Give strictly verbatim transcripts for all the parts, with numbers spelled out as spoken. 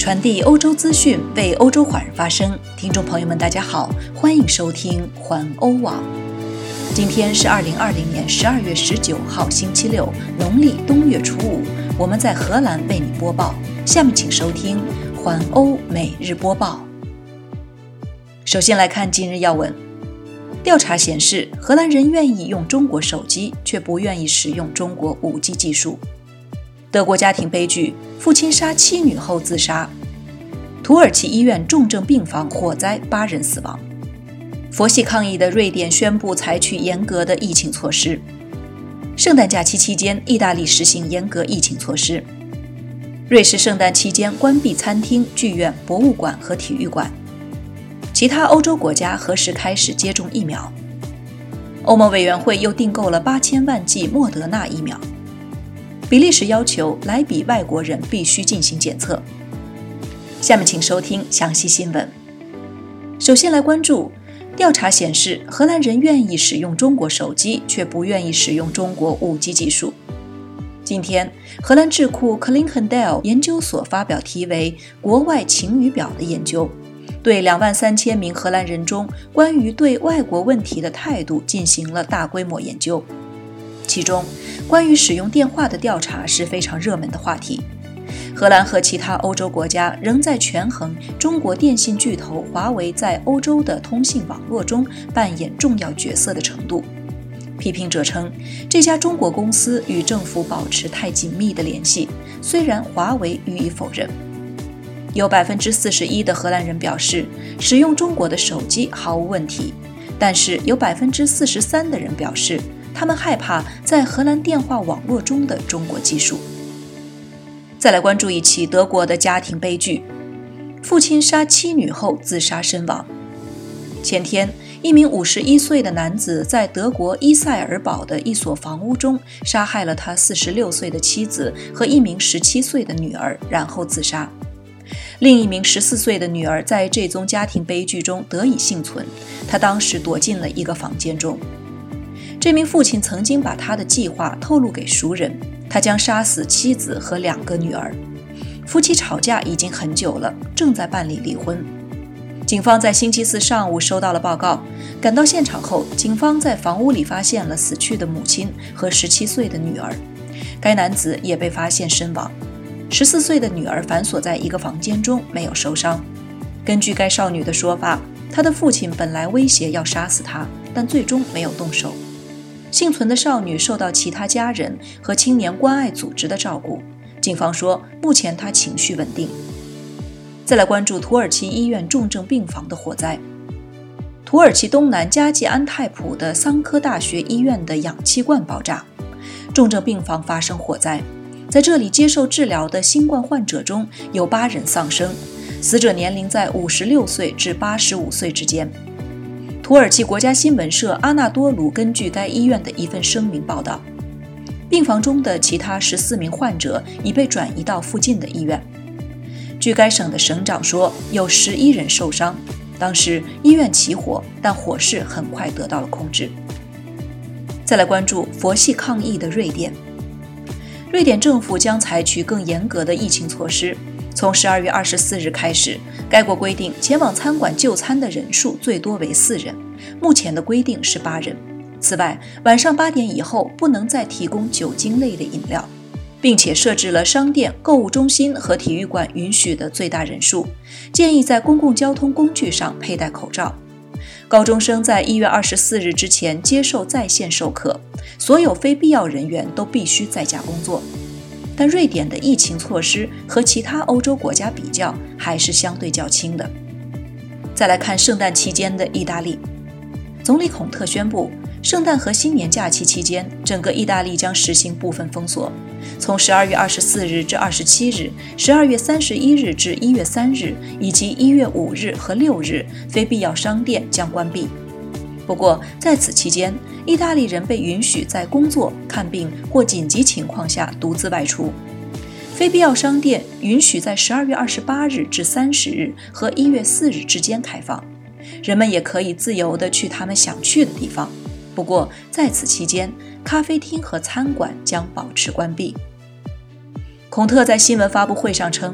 传递欧洲资讯，为欧洲华人发声。听众朋友们，大家好，欢迎收听环欧网。今天是二零二零年十二月十九号，星期六，农历冬月初五。我们在荷兰为你播报。下面请收听环欧每日播报。首先来看今日要闻。调查显示，荷兰人愿意用中国手机，却不愿意使用中国 五 G 技术。德国家庭悲剧，父亲杀妻女后自杀。土耳其医院重症病房火灾，八人死亡。佛系抗疫的瑞典宣布采取严格的疫情措施。圣诞假期期间，意大利实行严格疫情措施。瑞士圣诞期间关闭餐厅、剧院、博物馆和体育馆。其他欧洲国家何时开始接种疫苗？欧盟委员会又订购了八千万剂莫德纳疫苗。比利时要求来比外国人必须进行检测。下面请收听详细新闻。首先来关注，调查显示，荷兰人愿意使用中国手机，却不愿意使用中国 五 G 技术。今天，荷兰智库 Clingendael 研究所发表题为《国外晴雨表》的研究，对两万三千名荷兰人中关于对外国问题的态度进行了大规模研究。其中，关于使用电话的调查是非常热门的话题。荷兰和其他欧洲国家仍在权衡中国电信巨头华为在欧洲的通信网络中扮演重要角色的程度。批评者称，这家中国公司与政府保持太紧密的联系，虽然华为予以否认。有 百分之四十一 的荷兰人表示，使用中国的手机毫无问题，但是有 百分之四十三 的人表示，他们害怕在荷兰电话网络中的中国技术。再来关注一起德国的家庭悲剧，父亲杀妻女后自杀身亡。前天，一名五十一岁的男子在德国伊塞尔堡的一所房屋中杀害了他四十六岁的妻子和一名十七岁的女儿，然后自杀。另一名十四岁的女儿在这宗家庭悲剧中得以幸存，她当时躲进了一个房间中。这名父亲曾经把他的计划透露给熟人，他将杀死妻子和两个女儿。夫妻吵架已经很久了，正在办理离婚。警方在星期四上午收到了报告，赶到现场后，警方在房屋里发现了死去的母亲和十七岁的女儿，该男子也被发现身亡。十四岁的女儿反锁在一个房间中，没有受伤。根据该少女的说法，她的父亲本来威胁要杀死她，但最终没有动手。幸存的少女受到其他家人和青年关爱组织的照顾，警方说目前她情绪稳定。再来关注土耳其医院重症病房的火灾。土耳其东南加济安泰普的桑科大学医院的氧气罐爆炸，重症病房发生火灾。在这里接受治疗的新冠患者中有八人丧生，死者年龄在五十六岁至八十五岁之间。土耳其国家新闻社阿纳多卢根据该医院的一份声明报道，病房中的其他十四名患者已被转移到附近的医院。据该省的省长说，有十一人受伤。当时医院起火，但火势很快得到了控制。再来关注佛系抗疫的瑞典。瑞典政府将采取更严格的疫情措施。从十二月二十四日开始，该国规定前往餐馆就餐的人数最多为四人，目前的规定是八人。此外，晚上八点以后不能再提供酒精类的饮料，并且设置了商店、购物中心和体育馆允许的最大人数，建议在公共交通工具上佩戴口罩。高中生在一月二十四日之前接受在线授课，所有非必要人员都必须在家工作。但瑞典的疫情措施和其他欧洲国家比较还是相对较轻的。再来看圣诞期间的意大利，总理孔特宣布，圣诞和新年假期期间，整个意大利将实行部分封锁，从十二月二十四日至二十七日、十二月三十一日至一月三日以及一月五日和六日，非必要商店将关闭。不过，在此期间，意大利人被允许在工作、看病或紧急情况下独自外出。非必要商店允许在十二月二十八日至三十日和一月四日之间开放，人们也可以自由地去他们想去的地方。不过，在此期间，咖啡厅和餐馆将保持关闭。孔特在新闻发布会上称，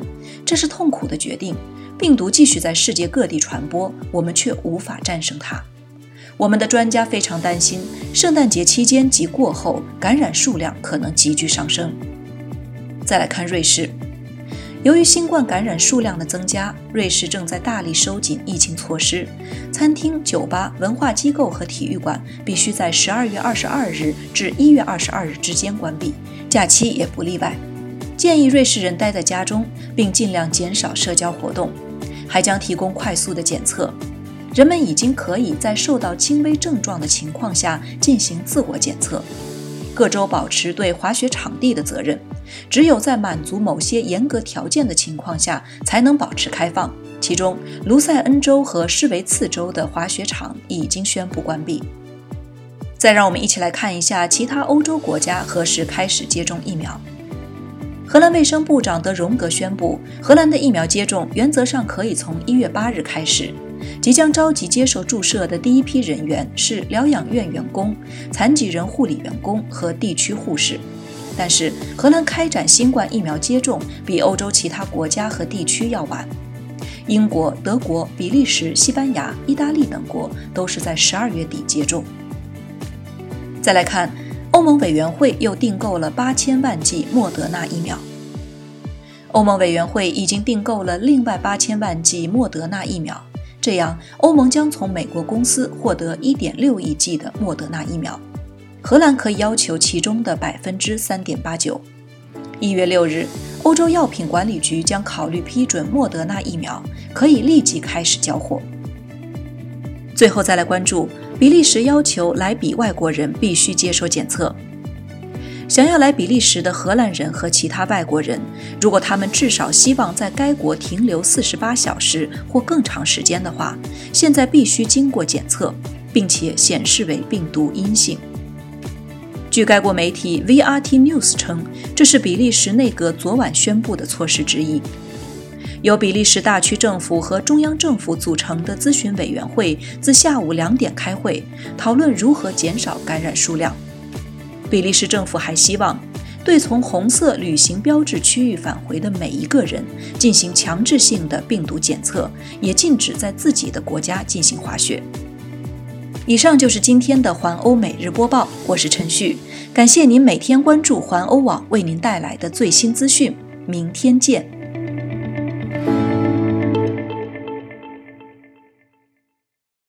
这是痛苦的决定，病毒继续在世界各地传播，我们却无法战胜它。我们的专家非常担心，圣诞节期间及过后，感染数量可能急剧上升。再来看瑞士，由于新冠感染数量的增加，瑞士正在大力收紧疫情措施，餐厅、酒吧、文化机构和体育馆必须在十二月二十二日至一月二十二日之间关闭，假期也不例外。建议瑞士人待在家中，并尽量减少社交活动，还将提供快速的检测。人们已经可以在受到轻微症状的情况下进行自我检测。各州保持对滑雪场地的责任，只有在满足某些严格条件的情况下才能保持开放。其中，卢塞恩州和施维茨州的滑雪场已经宣布关闭。再让我们一起来看一下其他欧洲国家何时开始接种疫苗。荷兰卫生部长德荣格宣布，荷兰的疫苗接种原则上可以从一月八日开始。即将召集接受注射的第一批人员是疗养院员工、残疾人护理员工和地区护士。但是，荷兰开展新冠疫苗接种比欧洲其他国家和地区要晚。英国、德国、比利时、西班牙、意大利等国都是在十二月底接种。再来看，欧盟委员会又订购了八千万剂莫德纳疫苗。欧盟委员会已经订购了另外八千万剂莫德纳疫苗。这样，欧盟将从美国公司获得 一点六亿剂的莫德纳疫苗，荷兰可以要求其中的 百分之三点八九。一月六日，欧洲药品管理局将考虑批准莫德纳疫苗，可以立即开始交货。最后再来关注，比利时要求来比外国人必须接受检测。想要来比利时的荷兰人和其他外国人，如果他们至少希望在该国停留四十八小时或更长时间的话，现在必须经过检测，并且显示为病毒阴性。据该国媒体 V R T News 称，这是比利时内阁昨晚宣布的措施之一。由比利时大区政府和中央政府组成的咨询委员会自下午两点开会，讨论如何减少感染数量。比利时政府还希望对从红色旅行标志区域返回的每一个人进行强制性的病毒检测，也禁止在自己的国家进行滑雪。以上就是今天的环欧每日播报，我是陈旭，感谢您每天关注环欧网为您带来的最新资讯，明天见。